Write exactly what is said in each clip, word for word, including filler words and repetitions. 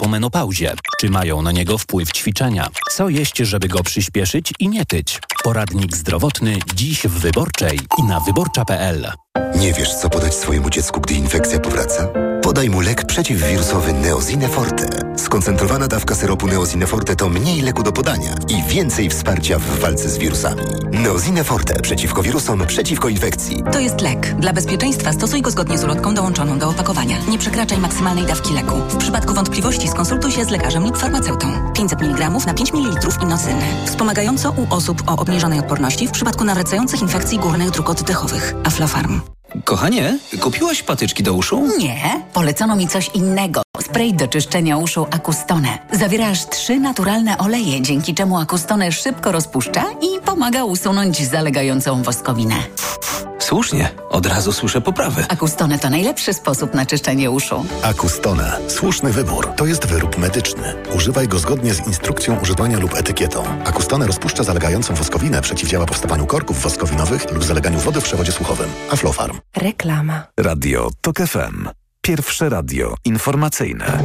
po menopauzie? Czy mają na niego wpływ ćwiczenia? Co jeść, żeby go przyspieszyć i nie tyć? Poradnik zdrowotny dziś w Wyborczej i na wyborcza kropka p l. Nie wiesz, co podać swojemu dziecku, gdy infekcja powraca? Podaj mu lek przeciwwirusowy Neosine Forte. Skoncentrowana dawka syropu Neosine Forte to mniej leku do podania i więcej wsparcia w walce z wirusami. Neosine Forte przeciwko wirusom, przeciwko infekcji. To jest lek. Dla bezpieczeństwa stosuj go zgodnie z ulotką dołączoną do opakowania. Nie przekraczaj maksymalnej dawki leku. W przypadku wątpliwości skonsultuj się z lekarzem lub farmaceutą. pięćset miligramów na pięć mililitrów inocyny. Wspomagająco u osób o obniżonej odporności w przypadku nawracających infekcji górnych dróg oddechowych. Aflofarm. Kochanie, kupiłaś patyczki do uszu? Nie, polecono mi coś innego. Spray do czyszczenia uszu Acustone. Zawiera aż trzy naturalne oleje, dzięki czemu Acustone szybko rozpuszcza i pomaga usunąć zalegającą woskowinę. Słusznie, od razu słyszę poprawy. Acustone to najlepszy sposób na czyszczenie uszu. Acustone. Słuszny wybór. To jest wyrób medyczny. Używaj go zgodnie z instrukcją używania lub etykietą. Acustone rozpuszcza zalegającą woskowinę, przeciwdziała powstawaniu korków woskowinowych lub zaleganiu wody w przewodzie słuchowym. Aflofarm. Reklama. Radio TOK F M. Pierwsze radio informacyjne.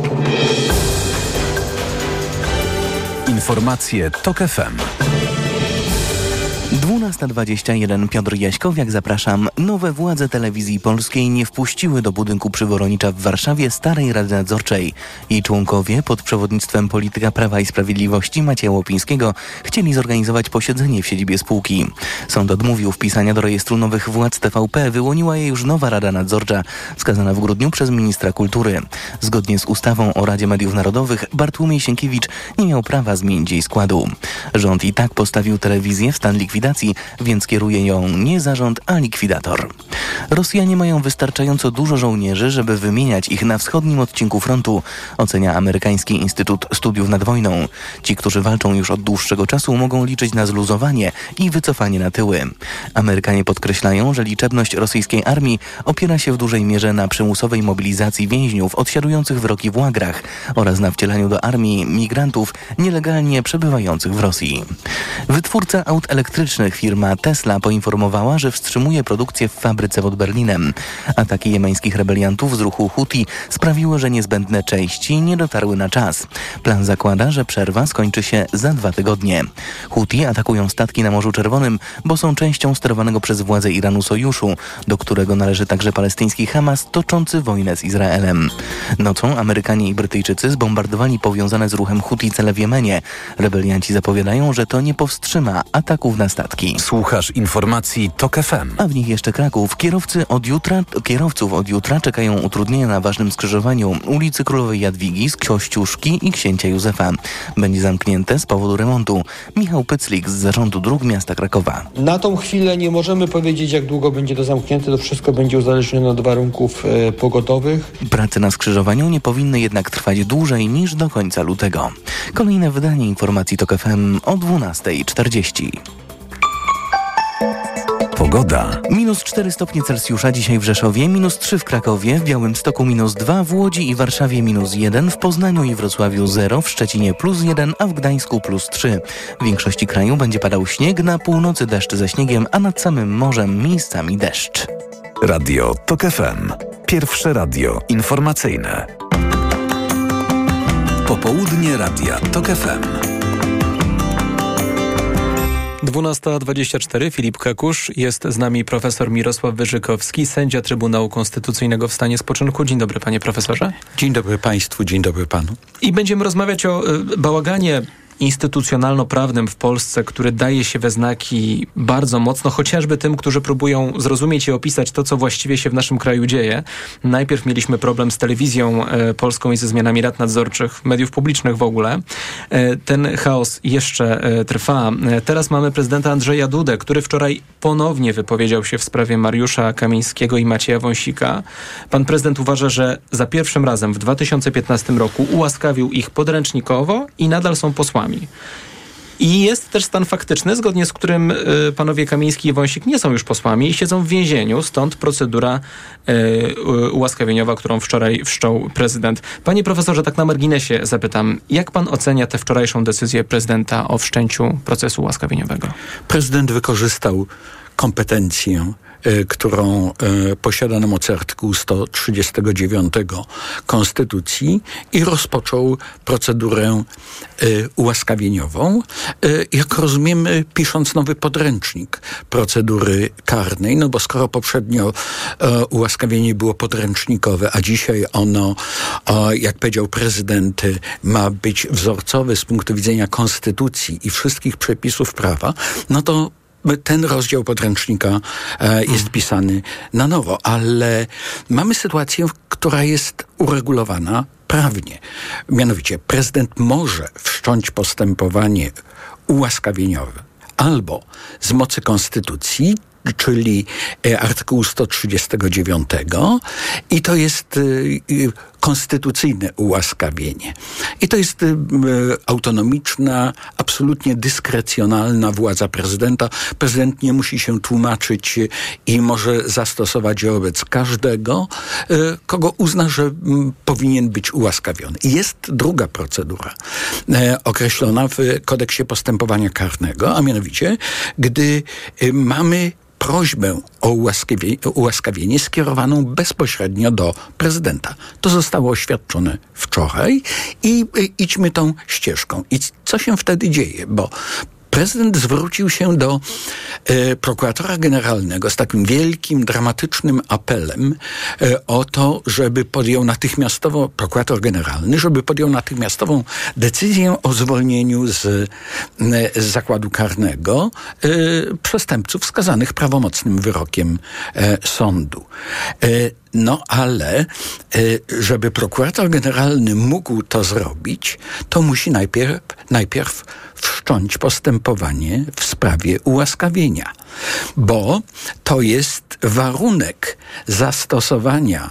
Informacje TOK F M. dwunasta dwadzieścia jeden. Piotr Jaśkowiak, zapraszam. Nowe władze Telewizji Polskiej nie wpuściły do budynku Przyworonicza w Warszawie starej Rady Nadzorczej. Jej członkowie pod przewodnictwem polityka Prawa i Sprawiedliwości Macieja Łopińskiego chcieli zorganizować posiedzenie w siedzibie spółki. Sąd odmówił wpisania do rejestru nowych władz T V P. Wyłoniła je już nowa Rada Nadzorcza, wskazana w grudniu przez ministra kultury. Zgodnie z ustawą o Radzie Mediów Narodowych Bartłomiej Sienkiewicz nie miał prawa zmienić jej składu. Rząd i tak postawił telewizję w stan likwidacji, więc kieruje ją nie zarząd, a likwidator. Rosjanie mają wystarczająco dużo żołnierzy, żeby wymieniać ich na wschodnim odcinku frontu, ocenia Amerykański Instytut Studiów nad Wojną. Ci, którzy walczą już od dłuższego czasu, mogą liczyć na zluzowanie i wycofanie na tyły. Amerykanie podkreślają, że liczebność rosyjskiej armii opiera się w dużej mierze na przymusowej mobilizacji więźniów odsiadujących wyroki w łagrach oraz na wcielaniu do armii migrantów nielegalnie przebywających w Rosji. Wytwórca aut elektrycznych firma Tesla poinformowała, że wstrzymuje produkcję w fabryce pod Berlinem. Ataki jemeńskich rebeliantów z ruchu Huti sprawiły, że niezbędne części nie dotarły na czas. Plan zakłada, że przerwa skończy się za dwa tygodnie. Huti atakują statki na Morzu Czerwonym, bo są częścią sterowanego przez władze Iranu sojuszu, do którego należy także palestyński Hamas toczący wojnę z Izraelem. Nocą Amerykanie i Brytyjczycy zbombardowali powiązane z ruchem Huti cele w Jemenie. Rebelianci zapowiadają, że to nie powstrzyma ataków na statki. Słuchasz informacji TOK F M. A w nich jeszcze Kraków. Kierowcy od jutra, kierowców od jutra czekają utrudnienia na ważnym skrzyżowaniu ulicy Królowej Jadwigi z Kościuszki i Księcia Józefa. Będzie zamknięte z powodu remontu. Michał Pyclik z Zarządu Dróg Miasta Krakowa. Na tą chwilę nie możemy powiedzieć, jak długo będzie to zamknięte. To wszystko będzie uzależnione od warunków e, pogodowych. Prace na skrzyżowaniu nie powinny jednak trwać dłużej niż do końca lutego. Kolejne wydanie informacji TOK F M o dwunasta czterdzieści. Pogoda. Minus cztery stopnie Celsjusza dzisiaj w Rzeszowie, minus trzy w Krakowie, w Białymstoku minus dwa, w Łodzi i Warszawie minus jeden, w Poznaniu i Wrocławiu zero, w Szczecinie plus jeden, a w Gdańsku plus trzy. W większości kraju będzie padał śnieg, na północy deszcz ze śniegiem, a nad samym morzem miejscami deszcz. Radio TOK F M. Pierwsze radio informacyjne. Popołudnie Radia TOK F M. dwunasta dwadzieścia cztery. Filip Kekusz. Jest z nami profesor Mirosław Wyrzykowski, sędzia Trybunału Konstytucyjnego w stanie spoczynku. Dzień dobry, panie profesorze. Dzień dobry państwu, dzień dobry panu. I będziemy rozmawiać o y, bałaganie instytucjonalno-prawnym w Polsce, który daje się we znaki bardzo mocno, chociażby tym, którzy próbują zrozumieć i opisać to, co właściwie się w naszym kraju dzieje. Najpierw mieliśmy problem z telewizją e, polską i ze zmianami rad nadzorczych, mediów publicznych w ogóle. E, ten chaos jeszcze e, trwa. E, teraz mamy prezydenta Andrzeja Dudę, który wczoraj ponownie wypowiedział się w sprawie Mariusza Kamińskiego i Macieja Wąsika. Pan prezydent uważa, że za pierwszym razem w dwa tysiące piętnastym roku ułaskawił ich podręcznikowo i nadal są posłami. I jest też stan faktyczny, zgodnie z którym y, panowie Kamiński i Wąsik nie są już posłami i siedzą w więzieniu, stąd procedura y, y, ułaskawieniowa, którą wczoraj wszczął prezydent. Panie profesorze, tak na marginesie zapytam, jak pan ocenia tę wczorajszą decyzję prezydenta o wszczęciu procesu ułaskawieniowego? Prezydent wykorzystał kompetencję którą posiada na mocy artykułu sto trzydziestego dziewiątego Konstytucji i rozpoczął procedurę ułaskawieniową, jak rozumiemy, pisząc nowy podręcznik procedury karnej, no bo skoro poprzednio ułaskawienie było podręcznikowe, a dzisiaj ono, jak powiedział prezydent, ma być wzorcowe z punktu widzenia konstytucji i wszystkich przepisów prawa, no to ten rozdział podręcznika e, jest pisany na nowo, ale mamy sytuację, która jest uregulowana prawnie. Mianowicie prezydent może wszcząć postępowanie ułaskawieniowe albo z mocy konstytucji, czyli artykułu sto trzydziestego dziewiątego i to jest y, y, konstytucyjne ułaskawienie. I to jest y, autonomiczna, absolutnie dyskrecjonalna władza prezydenta. Prezydent nie musi się tłumaczyć i może zastosować ją wobec każdego, y, kogo uzna, że y, powinien być ułaskawiony. I jest druga procedura y, określona w kodeksie postępowania karnego, a mianowicie, gdy y, mamy prośbę o ułaskawienie, ułaskawienie skierowaną bezpośrednio do prezydenta. To zostało oświadczone wczoraj i y, idźmy tą ścieżką. I co się wtedy dzieje? Bo prezydent zwrócił się do e, prokuratora generalnego z takim wielkim, dramatycznym apelem e, o to, żeby podjął natychmiastowo, prokurator generalny, żeby podjął natychmiastową decyzję o zwolnieniu z, e, z zakładu karnego e, przestępców skazanych prawomocnym wyrokiem e, sądu. E, No ale, żeby prokurator generalny mógł to zrobić, to musi najpierw, najpierw wszcząć postępowanie w sprawie ułaskawienia, bo to jest warunek zastosowania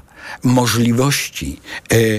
możliwości e, e,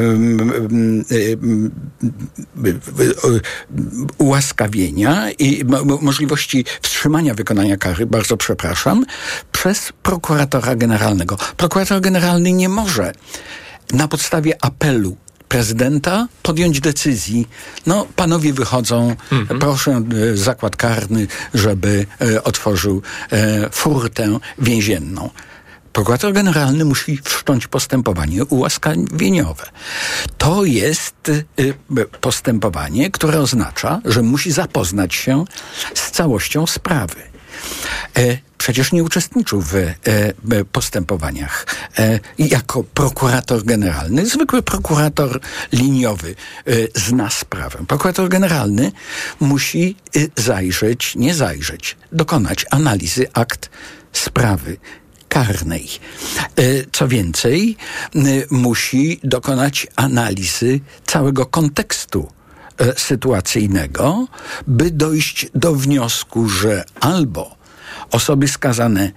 e, e, ułaskawienia i mo, możliwości wstrzymania wykonania kary, bardzo przepraszam, przez prokuratora generalnego. Prokurator generalny nie może na podstawie apelu prezydenta podjąć decyzji. No, panowie wychodzą, mhm. proszę e, zakład karny, żeby e, otworzył e, furtę więzienną. Prokurator generalny musi wszcząć postępowanie ułaskawieniowe. To jest y, postępowanie, które oznacza, że musi zapoznać się z całością sprawy. E, przecież nie uczestniczył w e, postępowaniach e, jako prokurator generalny. Zwykły prokurator liniowy e, zna sprawę. Prokurator generalny musi e, zajrzeć, nie zajrzeć, dokonać analizy akt sprawy karnej. Co więcej, musi dokonać analizy całego kontekstu sytuacyjnego, by dojść do wniosku, że albo osoby skazane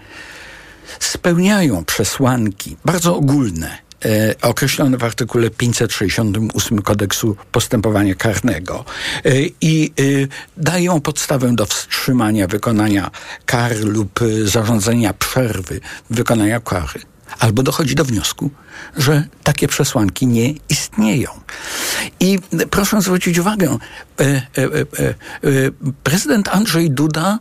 spełniają przesłanki bardzo ogólne, E, określone w artykule pięćset sześćdziesiątym ósmym Kodeksu Postępowania Karnego e, i e, dają podstawę do wstrzymania wykonania kary lub e, zarządzenia przerwy wykonania kary. Albo dochodzi do wniosku, że takie przesłanki nie istnieją. I proszę zwrócić uwagę, e, e, e, e, prezydent Andrzej Duda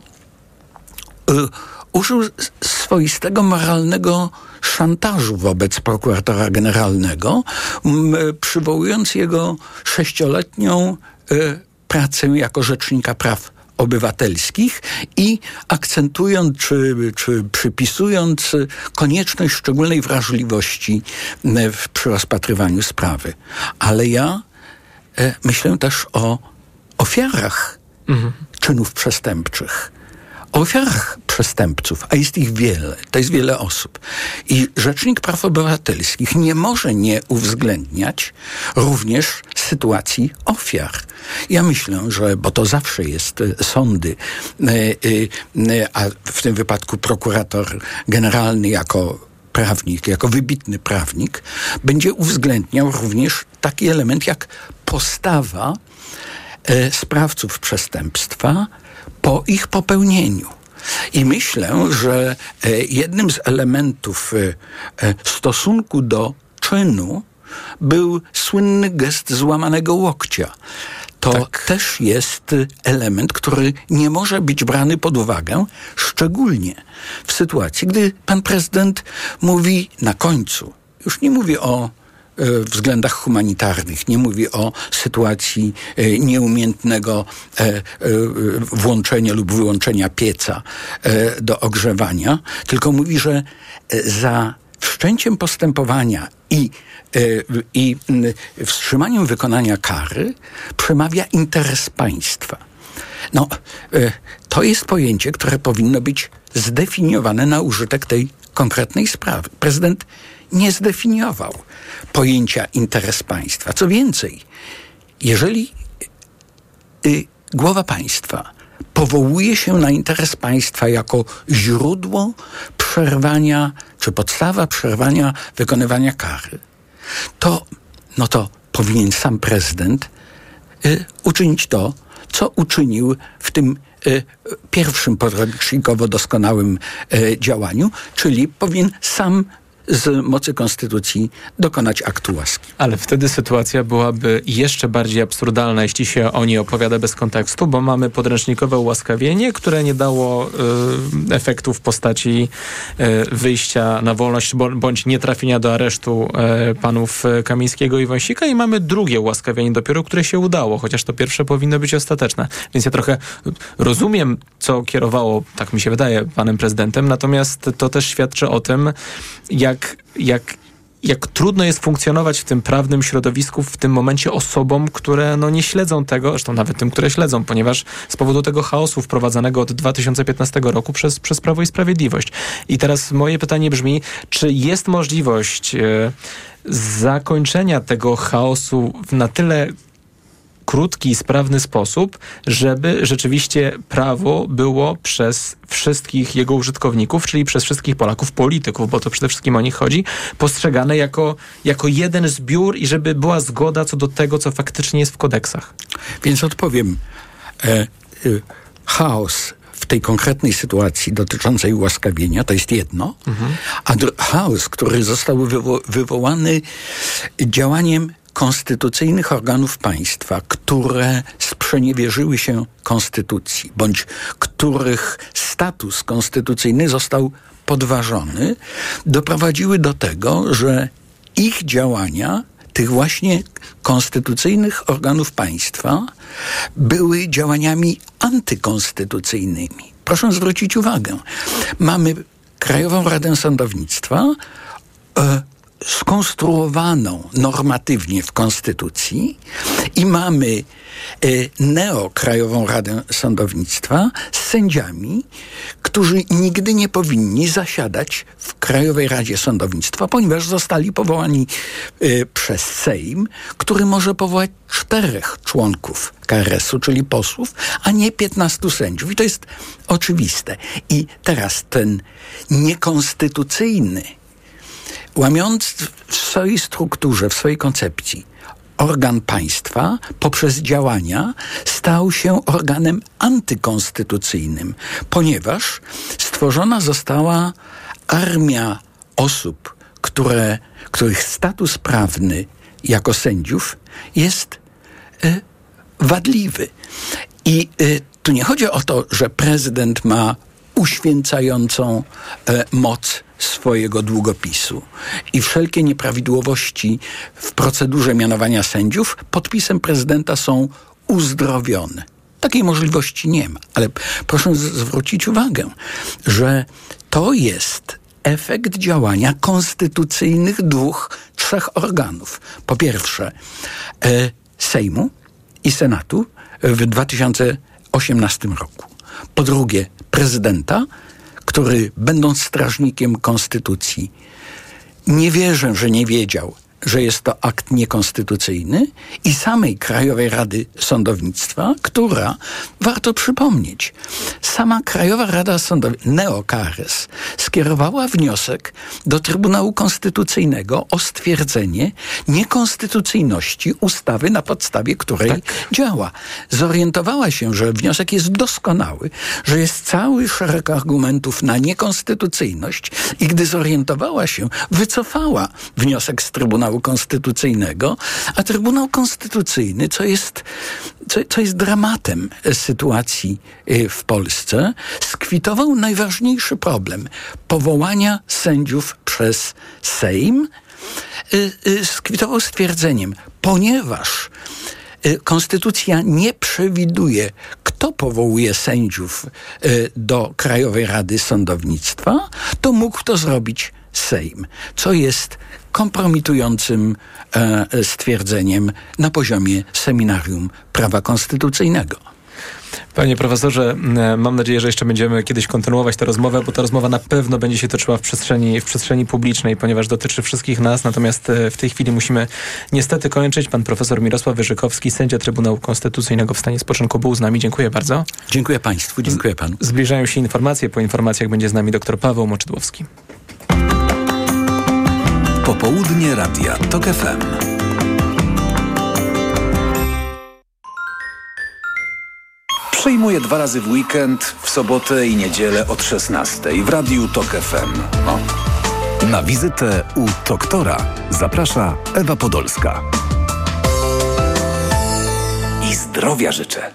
e, użył swoistego moralnego szantażu wobec prokuratora generalnego, m, przywołując jego sześcioletnią y, pracę jako rzecznika praw obywatelskich i akcentując czy, czy przypisując konieczność szczególnej wrażliwości w, przy rozpatrywaniu sprawy. Ale ja y, myślę też o ofiarach mhm. czynów przestępczych. O ofiarach przestępców, a jest ich wiele, to jest wiele osób. I Rzecznik Praw Obywatelskich nie może nie uwzględniać również sytuacji ofiar. Ja myślę, że, bo to zawsze jest sądy, a w tym wypadku prokurator generalny jako prawnik, jako wybitny prawnik, będzie uwzględniał również taki element jak postawa sprawców przestępstwa po ich popełnieniu. I myślę, że jednym z elementów stosunku do czynu był słynny gest złamanego łokcia. to tak. też jest element, który nie może być brany pod uwagę, szczególnie w sytuacji, gdy pan prezydent mówi na końcu, już nie mówi o e, względach humanitarnych, nie mówi o sytuacji e, nieumiejętnego e, e, włączenia lub wyłączenia pieca e, do ogrzewania, tylko mówi, że e, za wszczęciem postępowania i, y, i y, wstrzymaniem wykonania kary przemawia interes państwa. No, y, to jest pojęcie, które powinno być zdefiniowane na użytek tej konkretnej sprawy. Prezydent nie zdefiniował pojęcia interes państwa. Co więcej, jeżeli y, głowa państwa powołuje się na interes państwa jako źródło przerwania, czy podstawa przerwania wykonywania kary, to, no to powinien sam prezydent y, uczynić to, co uczynił w tym y, pierwszym podręcznikowo doskonałym y, działaniu, czyli powinien sam z mocy konstytucji dokonać aktu łaski. Ale wtedy sytuacja byłaby jeszcze bardziej absurdalna, jeśli się o niej opowiada bez kontekstu, bo mamy podręcznikowe ułaskawienie, które nie dało y, efektu w postaci y, wyjścia na wolność bądź nie trafienia do aresztu y, panów Kamińskiego i Wąsika, i mamy drugie ułaskawienie dopiero, które się udało, chociaż to pierwsze powinno być ostateczne. Więc ja trochę rozumiem, co kierowało, tak mi się wydaje, panem prezydentem, natomiast to też świadczy o tym, jak Jak, jak, jak trudno jest funkcjonować w tym prawnym środowisku w tym momencie osobom, które no, nie śledzą tego, zresztą nawet tym, które śledzą, ponieważ z powodu tego chaosu wprowadzanego od dwa tysiące piętnastego roku przez, przez Prawo i Sprawiedliwość. I teraz moje pytanie brzmi, czy jest możliwość e, zakończenia tego chaosu w na tyle krótki i sprawny sposób, żeby rzeczywiście prawo było przez wszystkich jego użytkowników, czyli przez wszystkich Polaków, polityków, bo to przede wszystkim o nich chodzi, postrzegane jako, jako jeden zbiór i żeby była zgoda co do tego, co faktycznie jest w kodeksach. Więc odpowiem. E, e, chaos w tej konkretnej sytuacji dotyczącej ułaskawienia to jest jedno, mhm. a dr- chaos, który został wywo- wywołany działaniem konstytucyjnych organów państwa, które sprzeniewierzyły się konstytucji, bądź których status konstytucyjny został podważony, doprowadziły do tego, że ich działania, tych właśnie konstytucyjnych organów państwa, były działaniami antykonstytucyjnymi. Proszę zwrócić uwagę. Mamy Krajową Radę Sądownictwa, e, skonstruowaną normatywnie w Konstytucji i mamy e, neokrajową Radę Sądownictwa z sędziami, którzy nigdy nie powinni zasiadać w Krajowej Radzie Sądownictwa, ponieważ zostali powołani e, przez Sejm, który może powołać czterech członków K R S u, czyli posłów, a nie piętnastu sędziów. I to jest oczywiste. I teraz ten niekonstytucyjny, łamiąc w swojej strukturze, w swojej koncepcji organ państwa poprzez działania stał się organem antykonstytucyjnym, ponieważ stworzona została armia osób, które, których status prawny jako sędziów jest y, wadliwy. I y, tu nie chodzi o to, że prezydent ma uświęcającą e, moc swojego długopisu i wszelkie nieprawidłowości w procedurze mianowania sędziów podpisem prezydenta są uzdrowione. Takiej możliwości nie ma, ale proszę z- zwrócić uwagę, że to jest efekt działania konstytucyjnych dwóch, trzech organów. Po pierwsze e, Sejmu i Senatu w dwa tysiące osiemnastym roku. Po drugie prezydenta, który będąc strażnikiem konstytucji, nie wierzę, że nie wiedział, że jest to akt niekonstytucyjny, i samej Krajowej Rady Sądownictwa, która, warto przypomnieć, sama Krajowa Rada Sądownictwa, neo-K R S, skierowała wniosek do Trybunału Konstytucyjnego o stwierdzenie niekonstytucyjności ustawy, na podstawie której tak działa. Zorientowała się, że wniosek jest doskonały, że jest cały szereg argumentów na niekonstytucyjność, i gdy zorientowała się, wycofała wniosek z Trybunału Konstytucyjnego, a Trybunał Konstytucyjny, co jest co, co jest dramatem sytuacji w Polsce, skwitował najważniejszy problem powołania sędziów przez Sejm. Skwitował stwierdzeniem, ponieważ Konstytucja nie przewiduje, kto powołuje sędziów do Krajowej Rady Sądownictwa, to mógł to zrobić Sejm, co jest kompromitującym e, stwierdzeniem na poziomie Seminarium Prawa Konstytucyjnego. Panie profesorze, mam nadzieję, że jeszcze będziemy kiedyś kontynuować tę rozmowę, bo ta rozmowa na pewno będzie się toczyła w przestrzeni, w przestrzeni publicznej, ponieważ dotyczy wszystkich nas, natomiast w tej chwili musimy niestety kończyć. Pan profesor Mirosław Wyrzykowski, sędzia Trybunału Konstytucyjnego w stanie spoczynku, był z nami. Dziękuję bardzo. Dziękuję państwu, dziękuję panu. Zbliżają się informacje, po informacjach będzie z nami dr Paweł Moczydłowski. Popołudnie Radia TOK F M. Przyjmuję dwa razy w weekend, w sobotę i niedzielę od szesnastej w Radiu TOK F M. O. Na wizytę u doktora zaprasza Ewa Podolska. I zdrowia życzę.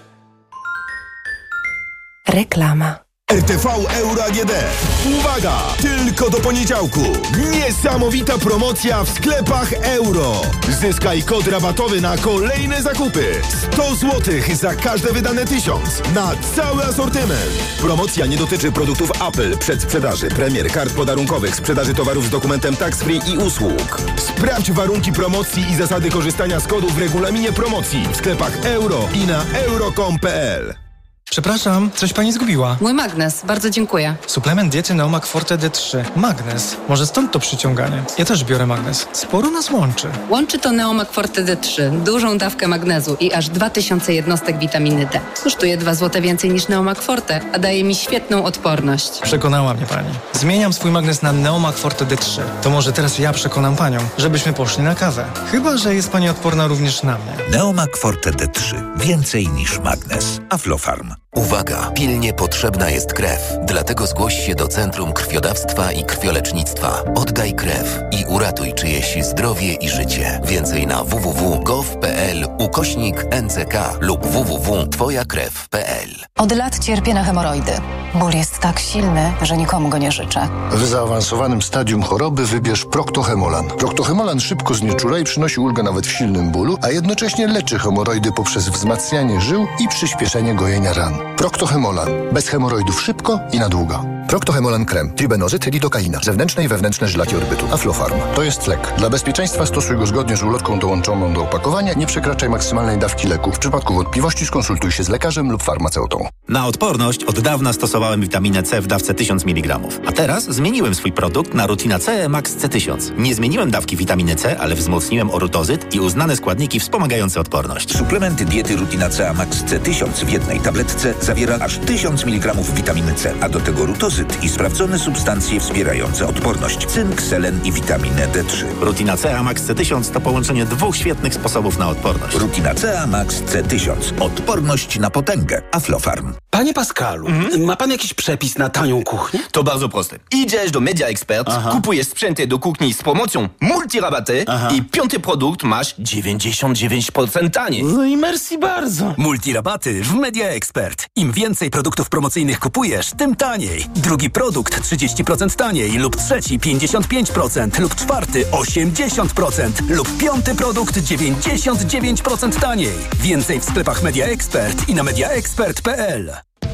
Reklama. R T V Euro A G D. Uwaga! Tylko do poniedziałku. Niesamowita promocja w sklepach Euro. Zyskaj kod rabatowy na kolejne zakupy. sto złotych za każde wydane tysiąc. Na cały asortyment. Promocja nie dotyczy produktów Apple, przedsprzedaży, premier, kart podarunkowych, sprzedaży towarów z dokumentem tax free i usług. Sprawdź warunki promocji i zasady korzystania z kodów w regulaminie promocji w sklepach Euro i na euro kropka com kropka p l. Przepraszam, coś pani zgubiła. Mój magnes, bardzo dziękuję. Suplement diety Neomak Forte D trzy. Magnes. Może stąd to przyciąganie. Ja też biorę magnes. Sporo nas łączy. Łączy to Neomak Forte D trzy. Dużą dawkę magnezu i aż dwa tysiące jednostek witaminy D. Kosztuje dwa złote więcej niż Neomak Forte, a daje mi świetną odporność. Przekonała mnie pani. Zmieniam swój magnes na Neomak Forte D trzy. To może teraz ja przekonam panią, żebyśmy poszli na kawę. Chyba że jest pani odporna również na mnie. Neomak Forte D trzy. Więcej niż magnes. Aflofarm. Uwaga! Pilnie potrzebna jest krew. Dlatego zgłoś się do Centrum Krwiodawstwa i Krwiolecznictwa. Oddaj krew i uratuj czyjeś zdrowie i życie. Więcej na w w w kropka gov kropka p l ukośnik N C K lub w w w kropka twoja krew kropka p l. Od lat cierpię na hemoroidy. Ból jest tak silny, że nikomu go nie życzę. W zaawansowanym stadium choroby wybierz Proctohemolan. Proctohemolan szybko znieczula i przynosi ulgę nawet w silnym bólu, a jednocześnie leczy hemoroidy poprzez wzmacnianie żył i przyspieszenie gojenia ran. Proctohemolan. Bez hemoroidów szybko i na długo. Proctohemolan krem. Tribenozyt, lidokaina. Zewnętrzne i wewnętrzne żylaki orbytu. Aflofarm. To jest lek. Dla bezpieczeństwa stosuj go zgodnie z ulotką dołączoną do opakowania. Nie przekraczaj maksymalnej dawki leku. W przypadku wątpliwości skonsultuj się z lekarzem lub farmaceutą. Na odporność od dawna stosowałem witaminę C w dawce tysiąc miligramów. A teraz zmieniłem swój produkt na Rutina C Max C tysiąc. Nie zmieniłem dawki witaminy C, ale wzmocniłem orutozyt i uznane składniki wspomagające odporność. Suplementy diety Rutina C Max C tysiąc w jednej tabletce zawiera aż tysiąc miligramów witaminy C, a do tego rutozyt i sprawdzone substancje wspierające odporność. Cynk, selen i witaminę D trzy. Rutina C Max C tysiąc to połączenie dwóch świetnych sposobów na odporność. Rutina C Max C tysiąc. Odporność na potęgę. Aflofarm. Panie Pascalu, mhm. ma pan jakiś przepis na tanią kuchnię? To bardzo proste. Idziesz do Media Expert, Aha. kupujesz sprzęty do kuchni z promocją multirabaty Aha. i piąty produkt masz dziewięćdziesiąt dziewięć procent taniej. No i merci bardzo. Multirabaty w Media Expert. Im więcej produktów promocyjnych kupujesz, tym taniej. Drugi produkt trzydzieści procent taniej lub trzeci pięćdziesiąt pięć procent lub czwarty osiemdziesiąt procent lub piąty produkt dziewięćdziesiąt dziewięć procent taniej. Więcej w sklepach Media Expert i na media expert kropka p l.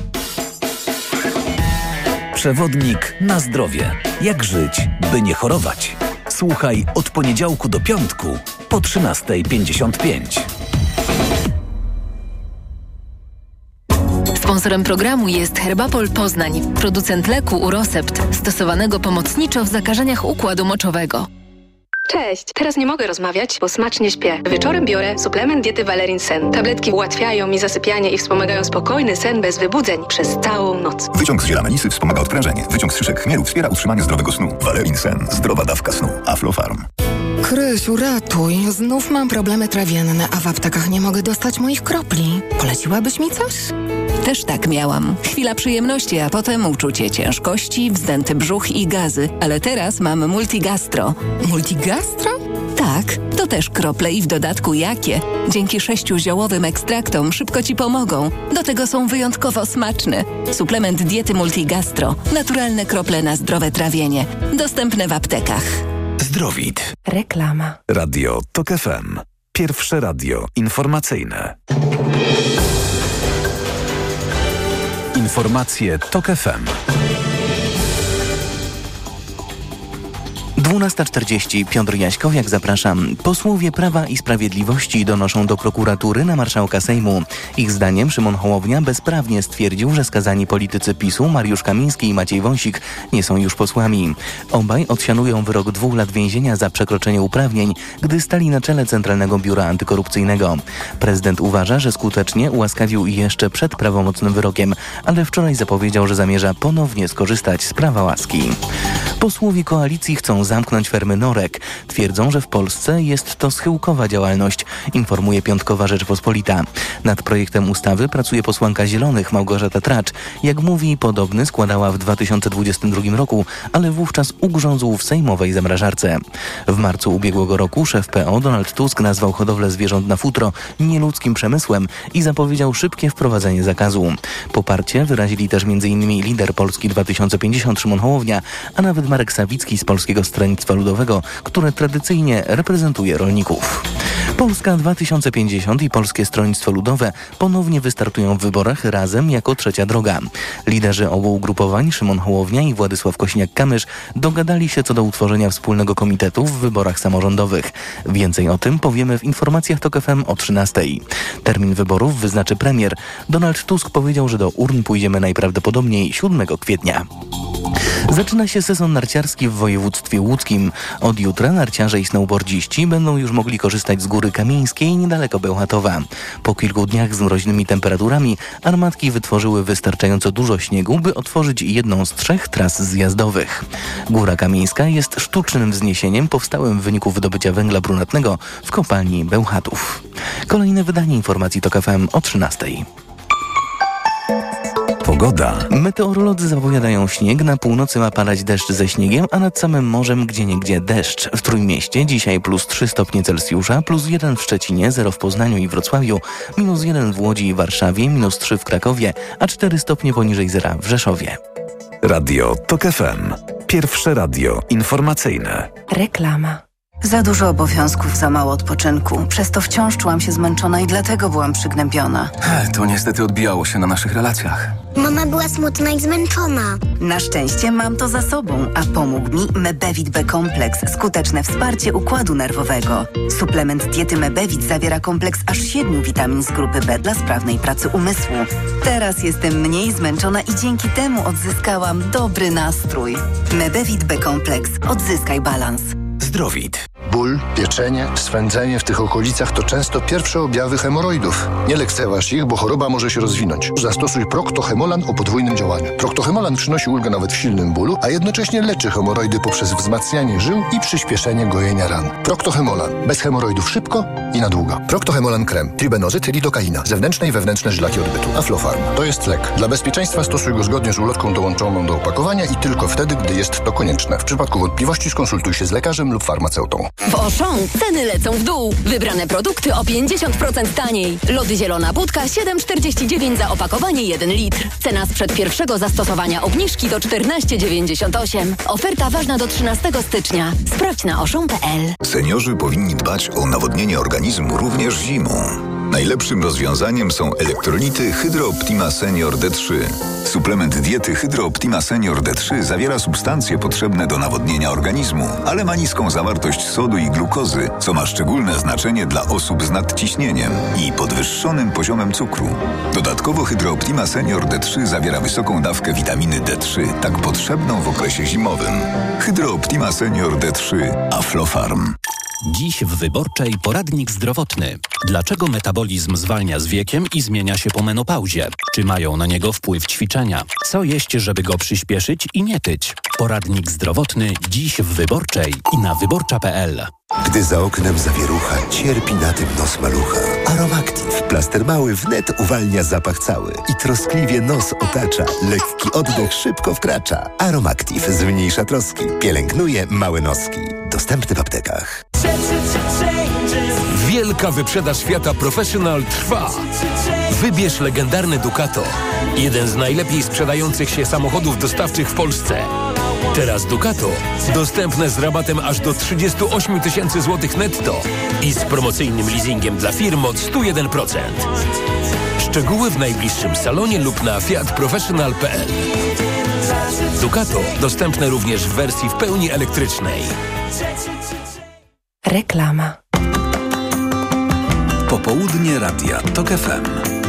Przewodnik na zdrowie. Jak żyć, by nie chorować? Słuchaj od poniedziałku do piątku po trzynasta pięćdziesiąt pięć. Sponsorem programu jest Herbapol Poznań, producent leku Urosept, stosowanego pomocniczo w zakażeniach układu moczowego. Cześć, teraz nie mogę rozmawiać, bo smacznie śpię. Wieczorem biorę suplement diety Valerin Sen. Tabletki ułatwiają mi zasypianie i wspomagają spokojny sen bez wybudzeń przez całą noc. Wyciąg z ziela melisy wspomaga odprężenie. Wyciąg z szyszek chmielu wspiera utrzymanie zdrowego snu. Valerin Sen. Zdrowa dawka snu. Aflofarm. Krysiu, ratuj. Znów mam problemy trawienne, a w aptekach nie mogę dostać moich kropli. Poleciłabyś mi coś? Też tak miałam. Chwila przyjemności, a potem uczucie ciężkości, wzdęty brzuch i gazy. Ale teraz mam Multigastro. Multigastro? Tak, to też krople i w dodatku jakie. Dzięki sześciu ziołowym ekstraktom szybko Ci pomogą. Do tego są wyjątkowo smaczne. Suplement diety Multigastro. Naturalne krople na zdrowe trawienie. Dostępne w aptekach. Zdrowit. Reklama. Radio TOK F M. Pierwsze radio informacyjne. Informacje TOK F M. dwunasta czterdzieści. Piotr Jaśkowiak, zapraszam. Posłowie Prawa i Sprawiedliwości donoszą do prokuratury na marszałka Sejmu. Ich zdaniem Szymon Hołownia bezprawnie stwierdził, że skazani politycy PiSu Mariusz Kamiński i Maciej Wąsik nie są już posłami. Obaj odsianują wyrok dwóch lat więzienia za przekroczenie uprawnień, gdy stali na czele Centralnego Biura Antykorupcyjnego. Prezydent uważa, że skutecznie ułaskawił jeszcze przed prawomocnym wyrokiem, ale wczoraj zapowiedział, że zamierza ponownie skorzystać z prawa łaski. Posłowie koalicji chcą zamknąć fermy norek. Twierdzą, że w Polsce jest to schyłkowa działalność, informuje piątkowa Rzeczpospolita. Nad projektem ustawy pracuje posłanka Zielonych Małgorzata Tracz. Jak mówi, podobny składała w dwa tysiące dwudziestym drugim roku, ale wówczas ugrzązł w sejmowej zamrażarce. W marcu ubiegłego roku szef P O Donald Tusk nazwał hodowlę zwierząt na futro nieludzkim przemysłem i zapowiedział szybkie wprowadzenie zakazu. Poparcie wyrazili też m in lider Polski dwa tysiące pięćdziesiąt Szymon Hołownia, a nawet Marek Sawicki z Polskiego Stronnictwa Ludowego, które tradycyjnie reprezentuje rolników. Polska dwa tysiące pięćdziesiąt i Polskie Stronnictwo Ludowe ponownie wystartują w wyborach razem jako trzecia droga. Liderzy obu ugrupowań, Szymon Hołownia i Władysław Kosiniak-Kamysz, dogadali się co do utworzenia wspólnego komitetu w wyborach samorządowych. Więcej o tym powiemy w informacjach TOK F M o trzynastej. Termin wyborów wyznaczy premier. Donald Tusk powiedział, że do urn pójdziemy najprawdopodobniej siódmego kwietnia. Zaczyna się sezon narciarski w województwie łódzkim. Od jutra narciarze i snowboardziści będą już mogli korzystać z Góry Kamieńskiej niedaleko Bełchatowa. Po kilku dniach z mroźnymi temperaturami armatki wytworzyły wystarczająco dużo śniegu, by otworzyć jedną z trzech tras zjazdowych. Góra Kamieńska jest sztucznym wzniesieniem powstałym w wyniku wydobycia węgla brunatnego w kopalni Bełchatów. Kolejne wydanie informacji TOK F M o trzynastej. Pogoda. Meteorolodzy zapowiadają śnieg, na północy ma padać deszcz ze śniegiem, a nad samym morzem gdzieniegdzie deszcz. W Trójmieście dzisiaj plus trzy stopnie Celsjusza, plus jeden w Szczecinie, zero w Poznaniu i Wrocławiu, minus jeden w Łodzi i Warszawie, minus trzy w Krakowie, a cztery stopnie poniżej zera w Rzeszowie. Radio TOK F M. Pierwsze radio informacyjne. Reklama. Za dużo obowiązków, za mało odpoczynku. Przez to wciąż czułam się zmęczona i dlatego byłam przygnębiona. To niestety odbijało się na naszych relacjach. Mama była smutna i zmęczona. Na szczęście mam to za sobą, a pomógł mi Mebevit B Kompleks. Skuteczne wsparcie układu nerwowego. Suplement diety Mebevit zawiera kompleks aż siedmiu witamin z grupy B dla sprawnej pracy umysłu. Teraz jestem mniej zmęczona i dzięki temu odzyskałam dobry nastrój. Mebevit B Kompleks. Odzyskaj balans. Zdrowit. Ból, pieczenie, swędzenie w tych okolicach to często pierwsze objawy hemoroidów. Nie lekceważ ich, bo choroba może się rozwinąć. Zastosuj Procto-Hemolan o podwójnym działaniu. Procto-Hemolan przynosi ulgę nawet w silnym bólu, a jednocześnie leczy hemoroidy poprzez wzmacnianie żył i przyspieszenie gojenia ran. Procto-Hemolan. Bez hemoroidów szybko i na długo. Procto-Hemolan krem. Tribenozyt, lidokaina. Zewnętrzne i wewnętrzne żylaki odbytu. Aflofarm. To jest lek. Dla bezpieczeństwa stosuj go zgodnie z ulotką dołączoną do opakowania i tylko wtedy, gdy jest to konieczne. W przypadku wątpliwości skonsultuj się z lekarzem lub farmaceutą. W Auchan ceny lecą w dół. Wybrane produkty o pięćdziesiąt procent taniej. Lody zielona budka siedem czterdzieści dziewięć za opakowanie jeden litr. Cena sprzed pierwszego zastosowania obniżki to czternaście dziewięćdziesiąt osiem. Oferta ważna do trzynastego stycznia. Sprawdź na auchan kropka p l. Seniorzy powinni dbać o nawodnienie organizmu również zimą. Najlepszym rozwiązaniem są elektrolity Hydro Optima Senior D trzy. Suplement diety Hydro Optima Senior D trzy zawiera substancje potrzebne do nawodnienia organizmu, ale ma niską zawartość sodu i glukozy, co ma szczególne znaczenie dla osób z nadciśnieniem i podwyższonym poziomem cukru. Dodatkowo Hydro Optima Senior D trzy zawiera wysoką dawkę witaminy D trzy, tak potrzebną w okresie zimowym. Hydro Optima Senior D trzy Aflofarm. Dziś w Wyborczej poradnik zdrowotny. Dlaczego metabolizm zwalnia z wiekiem i zmienia się po menopauzie? Czy mają na niego wpływ ćwiczenia? Co jeść, żeby go przyspieszyć i nie tyć? Poradnik zdrowotny dziś w Wyborczej i na wyborcza kropka p l. Gdy za oknem zawierucha, cierpi na tym nos malucha. Aromactive, plaster mały wnet uwalnia zapach cały i troskliwie nos otacza. Lekki oddech szybko wkracza. Aromactive zmniejsza troski, pielęgnuje małe noski. Dostępny w aptekach. Wielka wyprzedaż Fiata Professional trwa. Wybierz legendarny Ducato. Jeden z najlepiej sprzedających się samochodów dostawczych w Polsce. Teraz Ducato dostępne z rabatem aż do trzydzieści osiem tysięcy złotych netto i z promocyjnym leasingiem dla firm od sto jeden procent. Szczegóły w najbliższym salonie lub na fiat professional kropka p l. Ducato dostępne również w wersji w pełni elektrycznej. Reklama. Popołudnie Radia Tok F M.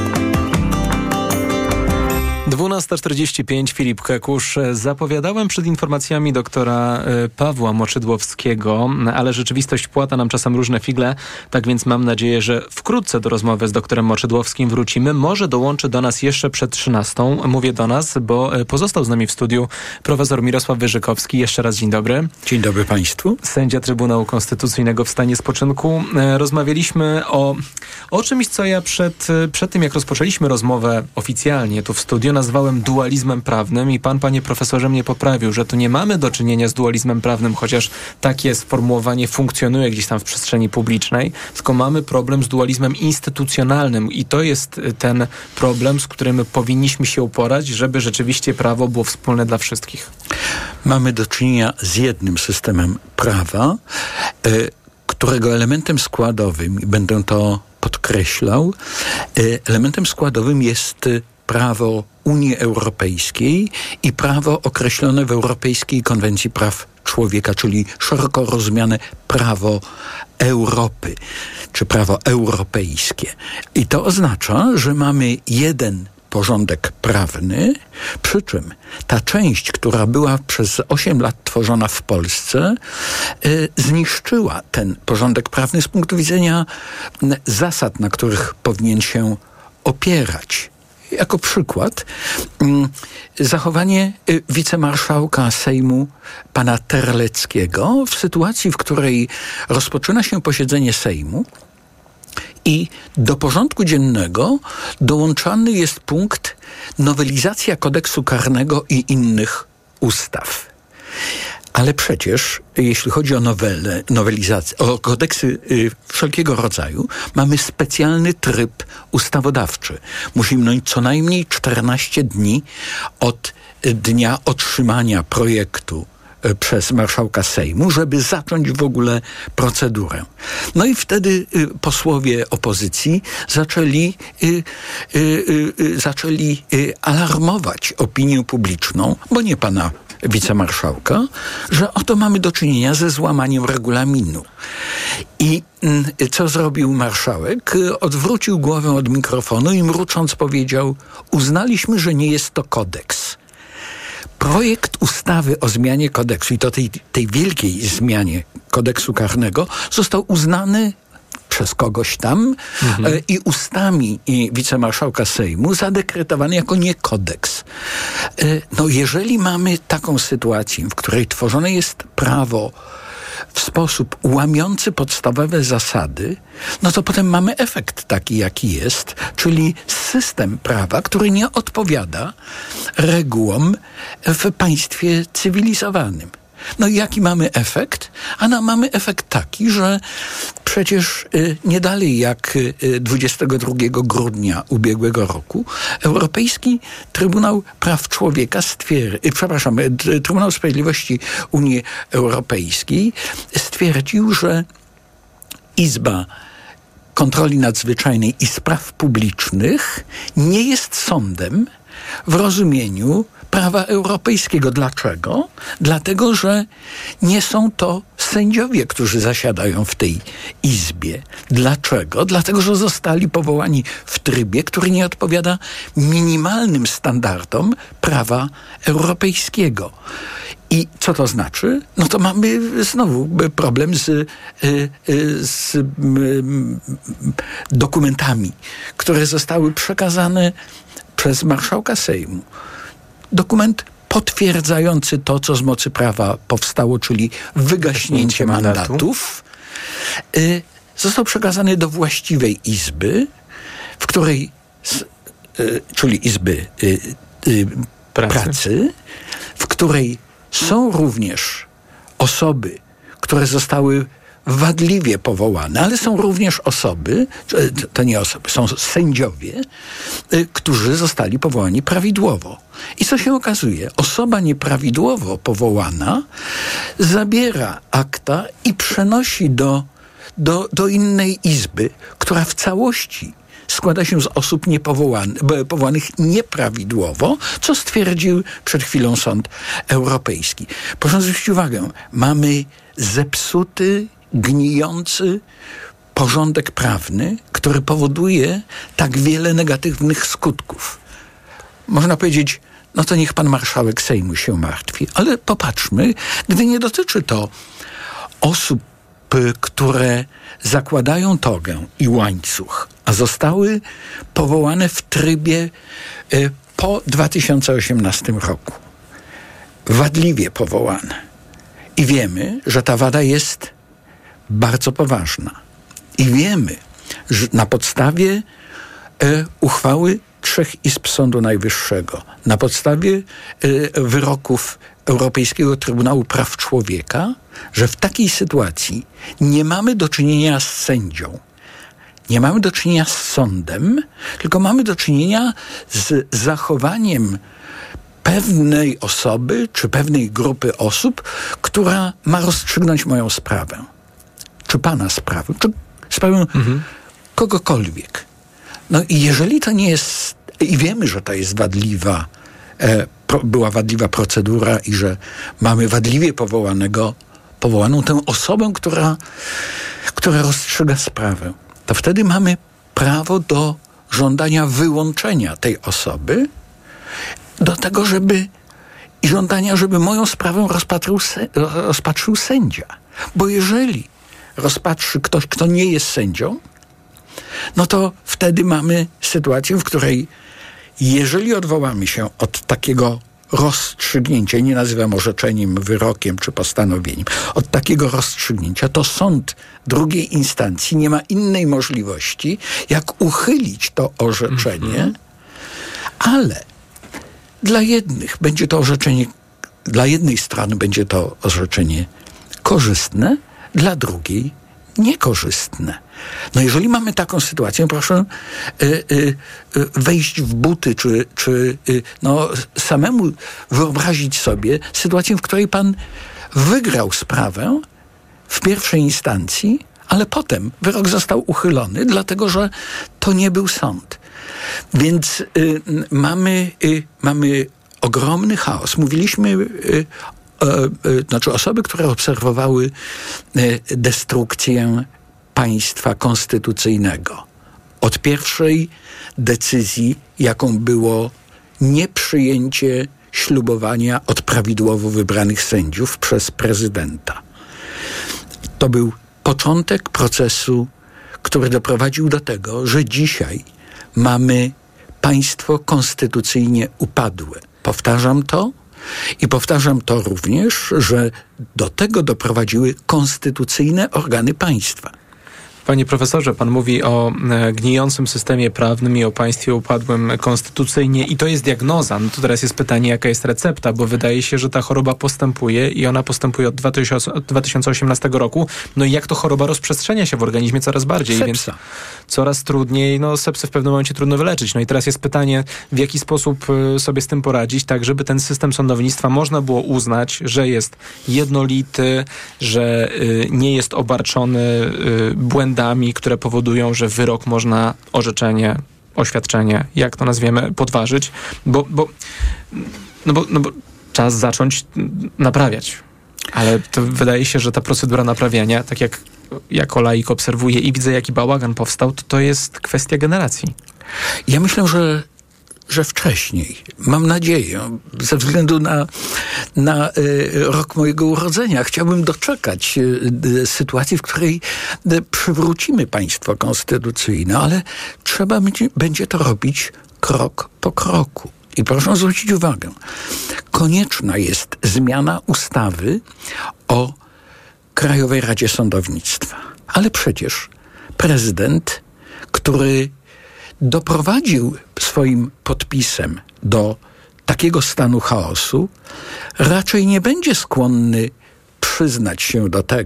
dwunasta czterdzieści pięć, Filip Kekusz. Zapowiadałem przed informacjami doktora Pawła Moczydłowskiego, ale rzeczywistość płata nam czasem różne figle, tak więc mam nadzieję, że wkrótce do rozmowy z doktorem Moczydłowskim wrócimy. Może dołączy do nas jeszcze przed trzynastą. Mówię do nas, bo pozostał z nami w studiu profesor Mirosław Wyżykowski. Jeszcze raz dzień dobry. Dzień dobry Państwu. Sędzia Trybunału Konstytucyjnego w stanie spoczynku. Rozmawialiśmy o, o czymś, co ja przed, przed tym, jak rozpoczęliśmy rozmowę oficjalnie tu w studiu, nazwałem dualizmem prawnym i pan, panie profesorze, mnie poprawił, że tu nie mamy do czynienia z dualizmem prawnym, chociaż takie sformułowanie funkcjonuje gdzieś tam w przestrzeni publicznej, tylko mamy problem z dualizmem instytucjonalnym i to jest ten problem, z którym powinniśmy się uporać, żeby rzeczywiście prawo było wspólne dla wszystkich. Mamy do czynienia z jednym systemem prawa, y, którego elementem składowym, i będę to podkreślał, y, elementem składowym jest y, prawo Unii Europejskiej i prawo określone w Europejskiej Konwencji Praw Człowieka, czyli szeroko rozumiane prawo Europy, czy prawo europejskie. I to oznacza, że mamy jeden porządek prawny, przy czym ta część, która była przez osiem lat tworzona w Polsce, y, zniszczyła ten porządek prawny z punktu widzenia zasad, na których powinien się opierać. Jako przykład zachowanie wicemarszałka Sejmu pana Terleckiego w sytuacji, w której rozpoczyna się posiedzenie Sejmu i do porządku dziennego dołączany jest punkt nowelizacja kodeksu karnego i innych ustaw. Ale przecież, jeśli chodzi o nowelę, nowelizację, o kodeksy y, wszelkiego rodzaju, mamy specjalny tryb ustawodawczy. Musi minąć co najmniej czternaście dni od y, dnia otrzymania projektu y, przez marszałka Sejmu, żeby zacząć w ogóle procedurę. No i wtedy y, posłowie opozycji zaczęli, y, y, y, y, zaczęli y, alarmować opinię publiczną, bo nie pana wicemarszałka, że oto mamy do czynienia ze złamaniem regulaminu. I y, co zrobił marszałek? Odwrócił głowę od mikrofonu i mrucząc powiedział: uznaliśmy, że nie jest to kodeks. Projekt ustawy o zmianie kodeksu, i to tej, tej wielkiej zmianie kodeksu karnego, został uznany przez kogoś tam mhm. e, i ustami i wicemarszałka Sejmu zadekretowany jako nie kodeks. E, no jeżeli mamy taką sytuację, w której tworzone jest prawo w sposób łamiący podstawowe zasady, no to potem mamy efekt taki, jaki jest, czyli system prawa, który nie odpowiada regułom w państwie cywilizowanym. No i jaki mamy efekt? A no, mamy efekt taki, że przecież y, nie dalej jak y, dwudziestego drugiego grudnia ubiegłego roku Europejski Trybunał Praw Człowieka stwierdził, y, przepraszam, y, Trybunał Sprawiedliwości Unii Europejskiej stwierdził, że Izba Kontroli Nadzwyczajnej i Spraw Publicznych nie jest sądem w rozumieniu prawa europejskiego. Dlaczego? Dlatego, że nie są to sędziowie, którzy zasiadają w tej izbie. Dlaczego? Dlatego, że zostali powołani w trybie, który nie odpowiada minimalnym standardom prawa europejskiego. I co to znaczy? No to mamy znowu problem z, z dokumentami, które zostały przekazane przez marszałka Sejmu. Dokument potwierdzający to, co z mocy prawa powstało, czyli wygaśnięcie mandatów, y, został przekazany do właściwej izby, w której, y, czyli izby y, y, pracy. pracy, w której są również osoby, które zostały wadliwie powołane, ale są również osoby, to nie osoby, są sędziowie, którzy zostali powołani prawidłowo. I co się okazuje? Osoba nieprawidłowo powołana zabiera akta i przenosi do, do, do innej izby, która w całości składa się z osób powołanych nieprawidłowo, co stwierdził przed chwilą Sąd Europejski. Proszę zwrócić uwagę, mamy zepsuty, gnijący porządek prawny, który powoduje tak wiele negatywnych skutków. Można powiedzieć, no to niech pan marszałek Sejmu się martwi, ale popatrzmy, gdy nie dotyczy to osób, które zakładają togę i łańcuch, a zostały powołane w trybie y, po dwa tysiące osiemnastym roku. Wadliwie powołane. I wiemy, że ta wada jest bardzo poważna. I wiemy, że na podstawie y, uchwały trzech izb Sądu Najwyższego, na podstawie y, wyroków Europejskiego Trybunału Praw Człowieka, że w takiej sytuacji nie mamy do czynienia z sędzią, nie mamy do czynienia z sądem, tylko mamy do czynienia z zachowaniem pewnej osoby czy pewnej grupy osób, która ma rozstrzygnąć moją sprawę. Czy pana sprawę, czy sprawę mhm. kogokolwiek. No i jeżeli to nie jest, i wiemy, że to jest wadliwa, e, pro, była wadliwa procedura i że mamy wadliwie powołanego, powołaną tę osobę, która, która rozstrzyga sprawę, to wtedy mamy prawo do żądania wyłączenia tej osoby, do tego, żeby i żądania, żeby moją sprawę rozpatrzył, rozpatrzył sędzia. Bo jeżeli rozpatrzy ktoś, kto nie jest sędzią, no to wtedy mamy sytuację, w której jeżeli odwołamy się od takiego rozstrzygnięcia, nie nazywam orzeczeniem, wyrokiem czy postanowieniem, od takiego rozstrzygnięcia, to sąd drugiej instancji nie ma innej możliwości, jak uchylić to orzeczenie, mm-hmm. ale dla jednych będzie to orzeczenie, dla jednej strony będzie to orzeczenie korzystne, dla drugiej niekorzystne. No jeżeli mamy taką sytuację, proszę y, y, y, wejść w buty, czy, czy y, no, samemu wyobrazić sobie sytuację, w której pan wygrał sprawę w pierwszej instancji, ale potem wyrok został uchylony, dlatego że to nie był sąd. Więc y, mamy, y, mamy ogromny chaos. Mówiliśmy y, znaczy osoby, które obserwowały destrukcję państwa konstytucyjnego. Od pierwszej decyzji, jaką było nieprzyjęcie ślubowania od prawidłowo wybranych sędziów przez prezydenta. To był początek procesu, który doprowadził do tego, że dzisiaj mamy państwo konstytucyjnie upadłe. Powtarzam to, I powtarzam to również, że do tego doprowadziły konstytucyjne organy państwa. Panie profesorze, pan mówi o e, gnijącym systemie prawnym i o państwie upadłym konstytucyjnie i to jest diagnoza. No to teraz jest pytanie, jaka jest recepta, bo wydaje się, że ta choroba postępuje i ona postępuje od dwa tysiące osiemnastego roku. No i jak to choroba rozprzestrzenia się w organizmie coraz bardziej, Sepsa. Więc coraz trudniej, no sepsy w pewnym momencie trudno wyleczyć. No i teraz jest pytanie, w jaki sposób y, sobie z tym poradzić, tak żeby ten system sądownictwa można było uznać, że jest jednolity, że y, nie jest obarczony y, błędami, które powodują, że wyrok można, orzeczenie, oświadczenie, jak to nazwiemy, podważyć, bo, bo, no bo, no bo czas zacząć naprawiać. Ale to wydaje się, że ta procedura naprawiania, tak jak jako laik obserwuję i widzę, jaki bałagan powstał, to to jest kwestia generacji. Ja myślę, że że wcześniej, mam nadzieję, ze względu na, na y, rok mojego urodzenia, chciałbym doczekać y, y, sytuacji, w której y, przywrócimy państwo konstytucyjne, ale trzeba będzie, będzie to robić krok po kroku. I proszę zwrócić uwagę, konieczna jest zmiana ustawy o Krajowej Radzie Sądownictwa. Ale przecież prezydent, który doprowadził swoim podpisem do takiego stanu chaosu, raczej nie będzie skłonny przyznać się do tego,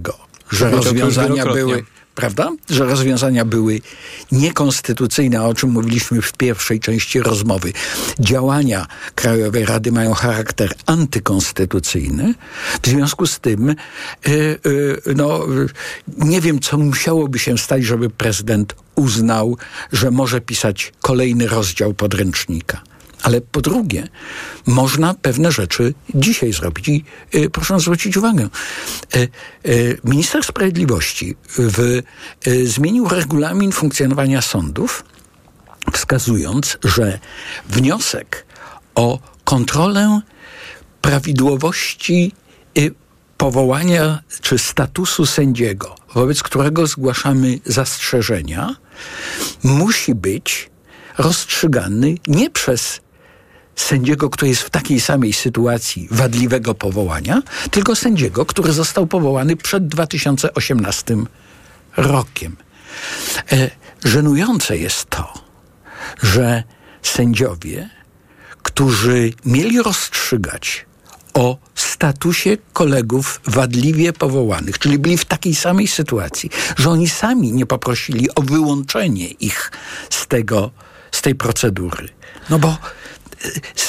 że rozwiązania były, prawda? Że rozwiązania były niekonstytucyjne, o czym mówiliśmy w pierwszej części rozmowy. Działania Krajowej Rady mają charakter antykonstytucyjny. W związku z tym yy, yy, no, nie wiem, co musiałoby się stać, żeby prezydent uznał, że może pisać kolejny rozdział podręcznika. Ale po drugie, można pewne rzeczy dzisiaj zrobić. I y, proszę zwrócić uwagę, y, y, minister sprawiedliwości w, y, zmienił regulamin funkcjonowania sądów, wskazując, że wniosek o kontrolę prawidłowości y, powołania czy statusu sędziego, wobec którego zgłaszamy zastrzeżenia, musi być rozstrzygany nie przez sędziego, który jest w takiej samej sytuacji wadliwego powołania, tylko sędziego, który został powołany przed dwa tysiące osiemnastym rokiem. E, żenujące jest to, że sędziowie, którzy mieli rozstrzygać o statusie kolegów wadliwie powołanych, czyli byli w takiej samej sytuacji, że oni sami nie poprosili o wyłączenie ich z tego, z tej procedury. No bo